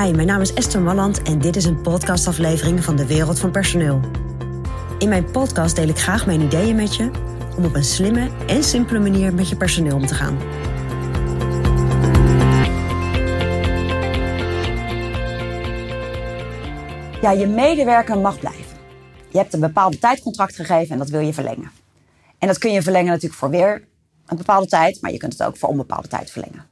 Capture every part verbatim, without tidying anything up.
Hi, mijn naam is Esther Malland en dit is een podcastaflevering van de Wereld van Personeel. In mijn podcast deel ik graag mijn ideeën met je om op een slimme en simpele manier met je personeel om te gaan. Ja, je medewerker mag blijven. Je hebt een bepaalde tijdcontract gegeven en dat wil je verlengen. En dat kun je verlengen natuurlijk voor weer een bepaalde tijd, maar je kunt het ook voor onbepaalde tijd verlengen.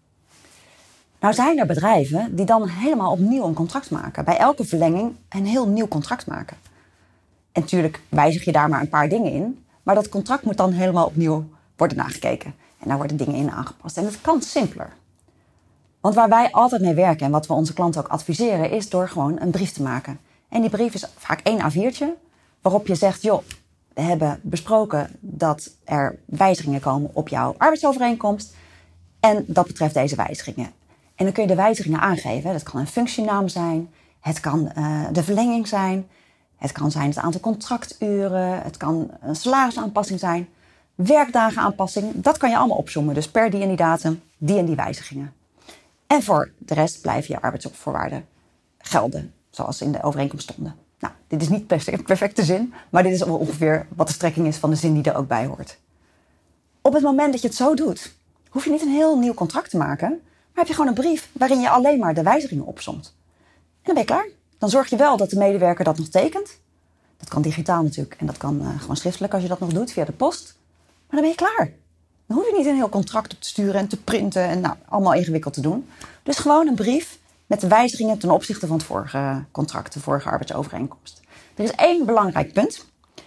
Nou zijn er bedrijven die dan helemaal opnieuw een contract maken. Bij elke verlenging een heel nieuw contract maken. En natuurlijk wijzig je daar maar een paar dingen in. Maar dat contract moet dan helemaal opnieuw worden nagekeken. En daar worden dingen in aangepast. En het kan simpeler. Want waar wij altijd mee werken en wat we onze klanten ook adviseren, is door gewoon een brief te maken. En die brief is vaak één A viertje, waarop je zegt, joh, we hebben besproken dat er wijzigingen komen op jouw arbeidsovereenkomst. En dat betreft deze wijzigingen. En dan kun je de wijzigingen aangeven. Dat kan een functienaam zijn. Het kan uh, de verlenging zijn. Het kan zijn het aantal contracturen. Het kan een salarisaanpassing zijn. Werkdagenaanpassing. Dat kan je allemaal opzoomen. Dus per die en die datum, die en die wijzigingen. En voor de rest blijven je arbeidsvoorwaarden gelden. Zoals in de overeenkomst stonden. Nou, dit is niet per perfecte zin. Maar dit is ongeveer wat de strekking is van de zin die er ook bij hoort. Op het moment dat je het zo doet, hoef je niet een heel nieuw contract te maken. Maar heb je gewoon een brief waarin je alleen maar de wijzigingen opsomt. En dan ben je klaar. Dan zorg je wel dat de medewerker dat nog tekent. Dat kan digitaal natuurlijk. En dat kan uh, gewoon schriftelijk als je dat nog doet via de post. Maar dan ben je klaar. Dan hoef je niet een heel contract op te sturen en te printen. En nou, allemaal ingewikkeld te doen. Dus gewoon een brief met de wijzigingen ten opzichte van het vorige contract. De vorige arbeidsovereenkomst. Er is één belangrijk punt.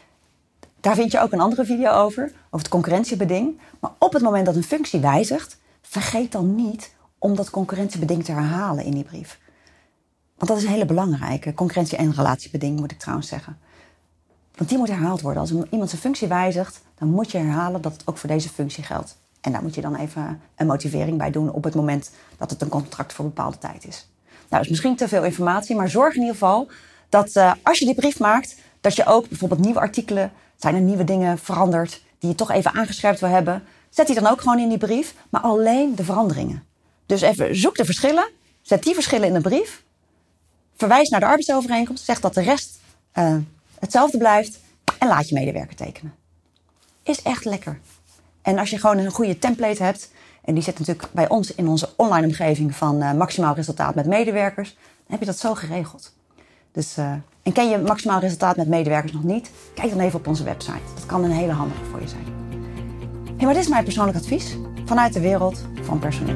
Daar vind je ook een andere video over. Over het concurrentiebeding. Maar op het moment dat een functie wijzigt, vergeet dan niet om dat concurrentiebeding te herhalen in die brief. Want dat is een hele belangrijke. Concurrentie- en relatiebeding moet ik trouwens zeggen. Want die moet herhaald worden. Als iemand zijn functie wijzigt, dan moet je herhalen dat het ook voor deze functie geldt. En daar moet je dan even een motivering bij doen op het moment dat het een contract voor een bepaalde tijd is. Nou, dat is misschien te veel informatie, maar zorg in ieder geval dat uh, als je die brief maakt, dat je ook bijvoorbeeld nieuwe artikelen, zijn er nieuwe dingen veranderd, die je toch even aangescherpt wil hebben, zet die dan ook gewoon in die brief, maar alleen de veranderingen. Dus even zoek de verschillen, zet die verschillen in de brief, verwijs naar de arbeidsovereenkomst, zeg dat de rest uh, hetzelfde blijft en laat je medewerker tekenen. Is echt lekker. En als je gewoon een goede template hebt, en die zit natuurlijk bij ons in onze online omgeving van uh, maximaal resultaat met medewerkers, dan heb je dat zo geregeld. Dus, uh, en ken je maximaal resultaat met medewerkers nog niet? Kijk dan even op onze website. Dat kan een hele handige voor je zijn. Hey, maar dit is mijn persoonlijk advies vanuit de wereld van personeel.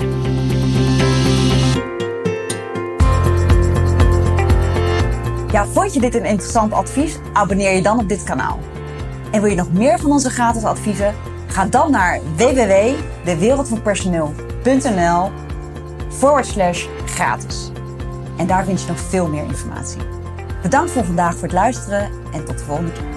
Ja, vond je dit een interessant advies? Abonneer je dan op dit kanaal. En wil je nog meer van onze gratis adviezen? Ga dan naar w w w punt dewereldvanpersoneel punt n l forward slash gratis. En daar vind je nog veel meer informatie. Bedankt voor vandaag voor het luisteren en tot de volgende keer.